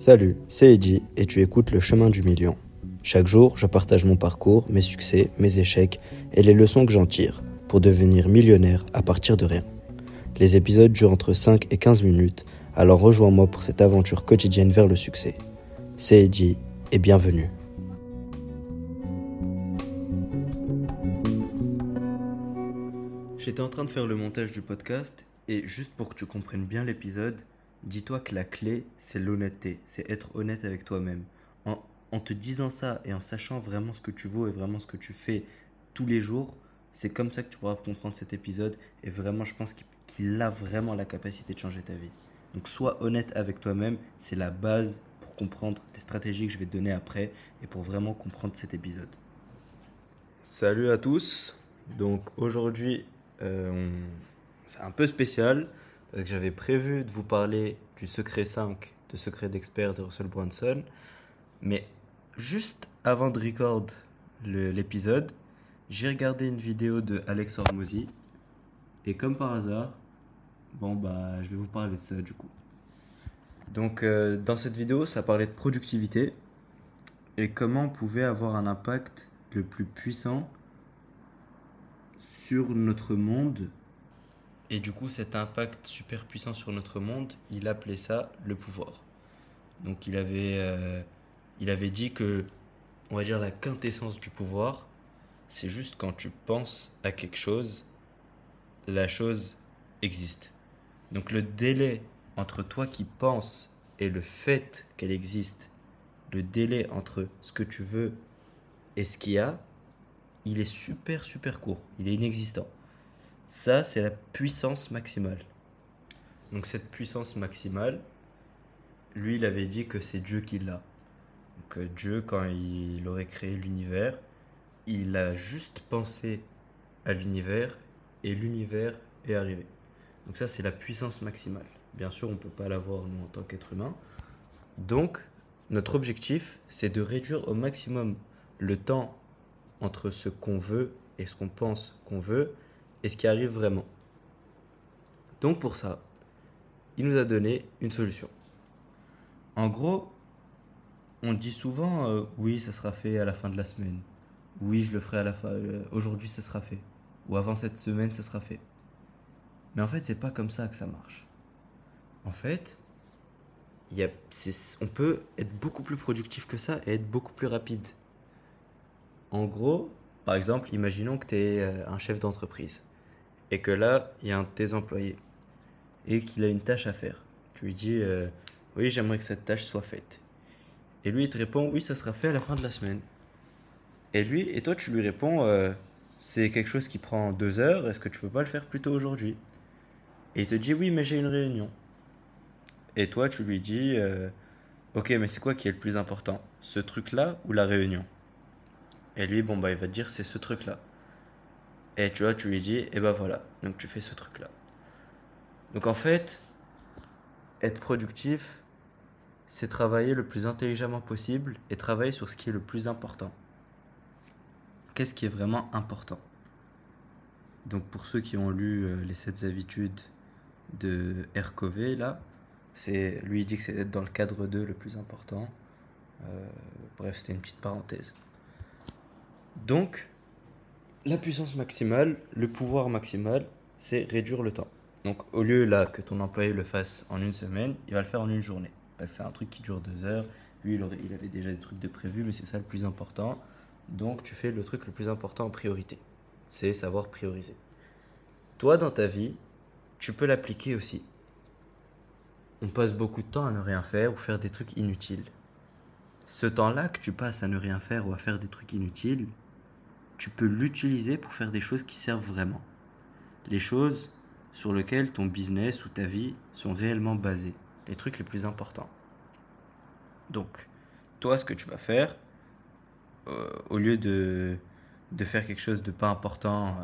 Salut, c'est Eddy et tu écoutes Le Chemin du Million. Chaque jour, je partage mon parcours, mes succès, mes échecs et les leçons que j'en tire pour devenir millionnaire à partir de rien. Les épisodes durent entre 5 et 15 minutes, alors rejoins-moi pour cette aventure quotidienne vers le succès. C'est Eddy et bienvenue. J'étais en train de faire le montage du podcast et juste pour que tu comprennes bien l'épisode, dis-toi que la clé, c'est l'honnêteté, c'est être honnête avec toi-même. En te disant ça et en sachant vraiment ce que tu vaux et vraiment ce que tu fais tous les jours, c'est comme ça que tu pourras comprendre cet épisode et vraiment, je pense qu'il a vraiment la capacité de changer ta vie. Donc, sois honnête avec toi-même, c'est la base pour comprendre les stratégies que je vais te donner après et pour vraiment comprendre cet épisode. Salut à tous, donc aujourd'hui, c'est un peu spécial. J'avais prévu de vous parler du secret 5 de Secret d'Expert de Russell Brunson. Mais juste avant de record l'épisode, j'ai regardé une vidéo de Alex Hormozy. Et comme par hasard, je vais vous parler de ça du coup. Donc dans cette vidéo, ça parlait de productivité et comment on pouvait avoir un impact le plus puissant sur notre monde. Et du coup, cet impact super puissant sur notre monde, il appelait ça le pouvoir. Donc il avait dit que, on va dire, la quintessence du pouvoir, c'est juste quand tu penses à quelque chose, la chose existe. Donc le délai entre toi qui penses et le fait qu'elle existe, le délai entre ce que tu veux et ce qu'il y a, il est super super court, il est inexistant. Ça, c'est la puissance maximale. Donc cette puissance maximale, lui, il avait dit que c'est Dieu qui l'a. Donc Dieu, quand il aurait créé l'univers, il a juste pensé à l'univers et l'univers est arrivé. Donc ça, c'est la puissance maximale. Bien sûr, on ne peut pas l'avoir, nous, en tant qu'être humain. Donc, notre objectif, c'est de réduire au maximum le temps entre ce qu'on veut et ce qu'on pense qu'on veut et ce qui arrive vraiment. Donc pour ça, il nous a donné une solution. En gros, on dit souvent oui, ça sera fait à la fin de la semaine. Oui, je le ferai à la fin. Aujourd'hui, ça sera fait. Ou avant cette semaine, ça sera fait. Mais en fait, c'est pas comme ça que ça marche. En fait, on peut être beaucoup plus productif que ça et être beaucoup plus rapide. En gros, par exemple, imaginons que tu es un chef d'entreprise et que là, il y a un de tes employés et qu'il a une tâche à faire. Tu lui dis oui, j'aimerais que cette tâche soit faite. Et lui, il te répond oui, ça sera fait à la fin de la semaine. Et toi, tu lui réponds c'est quelque chose qui prend 2 heures, est-ce que tu peux pas le faire plus tôt aujourd'hui? Et il te dit oui, mais j'ai une réunion. Et toi, tu lui dis ok, mais c'est quoi qui est le plus important? Ce truc-là ou la réunion? Et lui, il va te dire c'est ce truc-là. Et tu vois, tu lui dis et ben voilà, donc tu fais ce truc-là. Donc en fait, être productif, c'est travailler le plus intelligemment possible et travailler sur ce qui est le plus important. Qu'est-ce qui est vraiment important? Donc pour ceux qui ont lu les 7 habitudes de R. Covey, là, lui il dit que c'est d'être dans le cadre 2 le plus important. Bref, c'était une petite parenthèse. Donc, la puissance maximale, le pouvoir maximal, c'est réduire le temps. Donc au lieu là que ton employé le fasse en une semaine, il va le faire en une journée. Parce que c'est un truc qui dure 2 heures. Lui, il avait déjà des trucs de prévu, mais c'est ça le plus important. Donc tu fais le truc le plus important en priorité. C'est savoir prioriser. Toi, dans ta vie, tu peux l'appliquer aussi. On passe beaucoup de temps à ne rien faire ou faire des trucs inutiles. Ce temps-là que tu passes à ne rien faire ou à faire des trucs inutiles, tu peux l'utiliser pour faire des choses qui servent vraiment. Les choses sur lesquelles ton business ou ta vie sont réellement basées. Les trucs les plus importants. Donc, toi, ce que tu vas faire, au lieu de faire quelque chose de pas important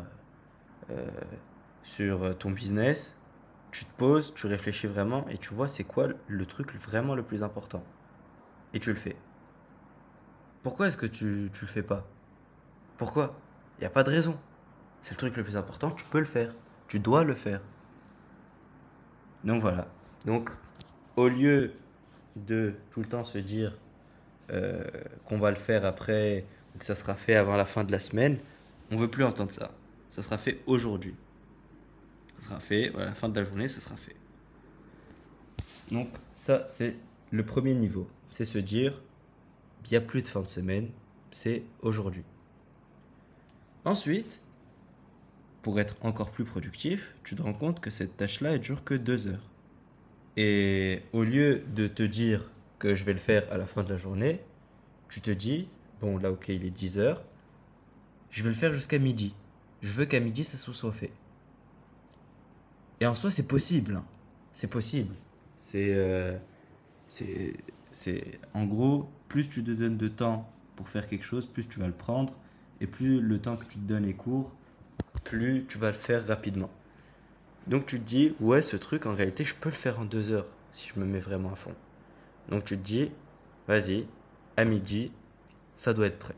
sur ton business, tu te poses, tu réfléchis vraiment et tu vois c'est quoi le truc vraiment le plus important. Et tu le fais. Pourquoi est-ce que tu le fais pas? Pourquoi? Il n'y a pas de raison. C'est le truc le plus important, tu peux le faire. Tu dois le faire. Donc voilà. Donc, au lieu de tout le temps se dire qu'on va le faire après ou que ça sera fait avant la fin de la semaine, on veut plus entendre ça. Ça sera fait aujourd'hui. Ça sera fait, à la fin de la journée, ça sera fait. Donc ça, c'est le premier niveau. C'est se dire, il n'y a plus de fin de semaine, c'est aujourd'hui. Ensuite, pour être encore plus productif, tu te rends compte que cette tâche-là, elle dure que 2 heures. Et au lieu de te dire que je vais le faire à la fin de la journée, tu te dis, bon là ok il est 10 heures, je vais le faire jusqu'à midi. Je veux qu'à midi ça se soit fait. Et en soi c'est possible, hein. C'est possible. C'est, euh, c'est, en gros, plus tu te donnes de temps pour faire quelque chose, plus tu vas le prendre. Et plus le temps que tu te donnes est court, plus tu vas le faire rapidement. Donc tu te dis, ouais ce truc en réalité je peux le faire en 2 heures si je me mets vraiment à fond. Donc tu te dis, vas-y, à midi, ça doit être prêt.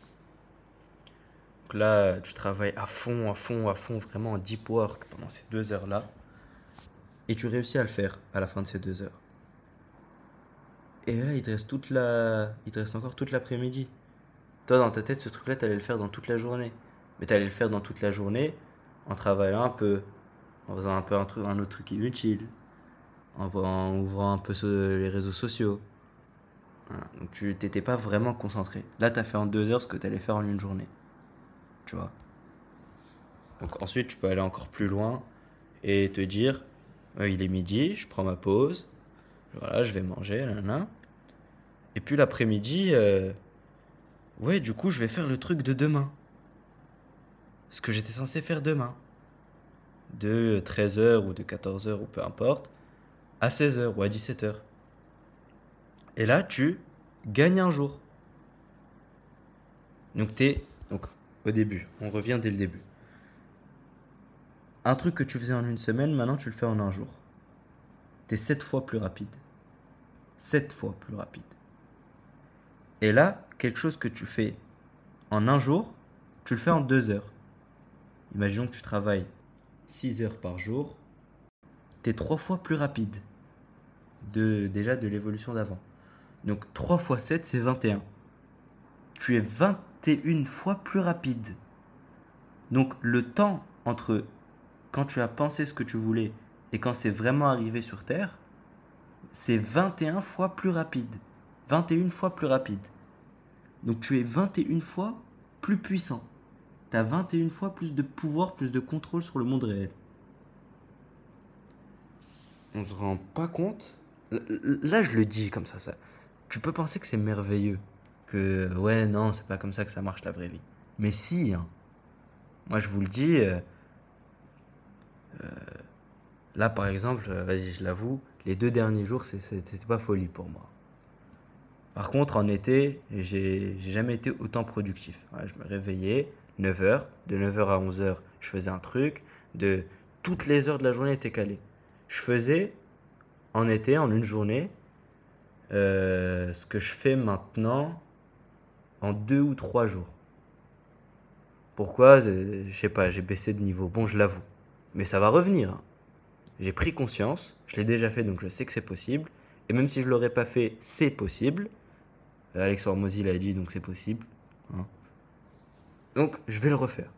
Donc là, tu travailles à fond, à fond, à fond, vraiment en deep work pendant ces 2 heures-là. Et tu réussis à le faire à la fin de ces 2 heures. Et là, il te reste encore toute l'après-midi. Toi, dans ta tête, ce truc-là, t'allais le faire dans toute la journée. Mais t'allais le faire dans toute la journée en travaillant un peu, en faisant un peu un autre truc inutile, en ouvrant un peu les réseaux sociaux. Voilà. Donc tu t'étais pas vraiment concentré. Là, t'as fait en 2 heures ce que t'allais faire en une journée. Tu vois. Donc ensuite, tu peux aller encore plus loin et te dire, ouais, il est midi, je prends ma pause, voilà, je vais manger, là, là. Et puis l'après-midi, ouais, du coup, je vais faire le truc de demain. Ce que j'étais censé faire demain. De 13 heures ou de 14 heures ou peu importe, à 16 heures ou à 17 heures. Et là, tu gagnes un jour. Donc, au début, on revient dès le début. Un truc que tu faisais en une semaine, maintenant tu le fais en un jour. T'es 7 fois plus rapide. 7 fois plus rapide. Et là, quelque chose que tu fais en un jour, tu le fais en 2 heures. Imaginons que tu travailles 6 heures par jour, tu es 3 fois plus rapide déjà de l'évolution d'avant. Donc 3 fois 7, c'est 21. Tu es 21 fois plus rapide. Donc le temps entre quand tu as pensé ce que tu voulais et quand c'est vraiment arrivé sur Terre, c'est 21 fois plus rapide. 21 fois plus rapide. Donc tu es 21 fois plus puissant. Tu as 21 fois plus de pouvoir, plus de contrôle sur le monde réel. On se rend pas compte. Là, je le dis comme ça. Tu peux penser que c'est merveilleux. Que, ouais, non, c'est pas comme ça que ça marche la vraie vie. Mais si, hein. Moi, je vous le dis. Là, par exemple, vas-y, je l'avoue, les 2 derniers jours, c'était pas folie pour moi. Par contre, en été, j'ai jamais été autant productif. Ouais, je me réveillais, 9 heures. De 9 heures à 11 heures, je faisais un truc. De toutes les heures de la journée étaient calées. Je faisais, en été, en une journée, ce que je fais maintenant en 2 ou 3 jours. Pourquoi? Je sais pas, j'ai baissé de niveau. Bon, je l'avoue. Mais ça va revenir, hein. J'ai pris conscience, je l'ai déjà fait donc je sais que c'est possible. Et même si je l'aurais pas fait, c'est possible. Alex Hormozy l'a dit donc c'est possible, hein. Donc je vais le refaire.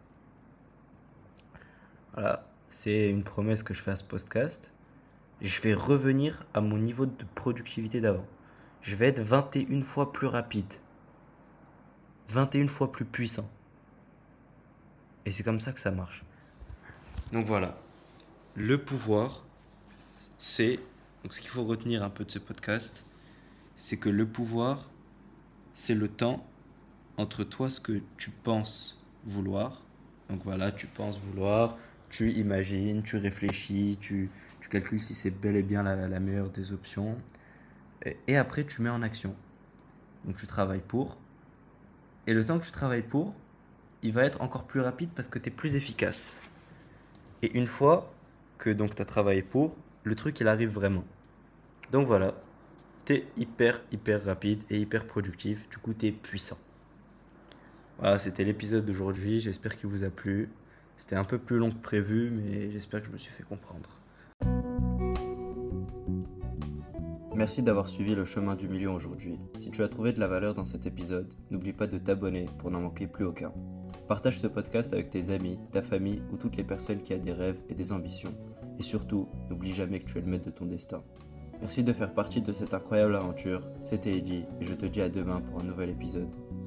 Voilà, c'est une promesse que je fais à ce podcast. Je vais revenir à mon niveau de productivité d'avant. Je vais être 21 fois plus rapide. 21 fois plus puissant. Et c'est comme ça que ça marche. Donc voilà. Le pouvoir, c'est... Donc ce qu'il faut retenir un peu de ce podcast, c'est que le pouvoir, c'est le temps entre toi, ce que tu penses vouloir. Donc voilà, tu penses vouloir, tu imagines, tu réfléchis, tu calcules si c'est bel et bien la meilleure des options. Et après, tu mets en action. Donc tu travailles pour. Et le temps que tu travailles pour, il va être encore plus rapide parce que tu es plus efficace. Et une fois que donc tu as travaillé pour, le truc il arrive vraiment. Donc voilà, tu es hyper rapide et hyper productif, du coup tu es puissant. Voilà, c'était l'épisode d'aujourd'hui, j'espère qu'il vous a plu. C'était un peu plus long que prévu, mais j'espère que je me suis fait comprendre. Merci d'avoir suivi le chemin du milieu aujourd'hui. Si tu as trouvé de la valeur dans cet épisode, n'oublie pas de t'abonner pour n'en manquer plus aucun. Partage ce podcast avec tes amis, ta famille ou toutes les personnes qui ont des rêves et des ambitions. Et surtout, n'oublie jamais que tu es le maître de ton destin. Merci de faire partie de cette incroyable aventure. C'était Eddy et je te dis à demain pour un nouvel épisode.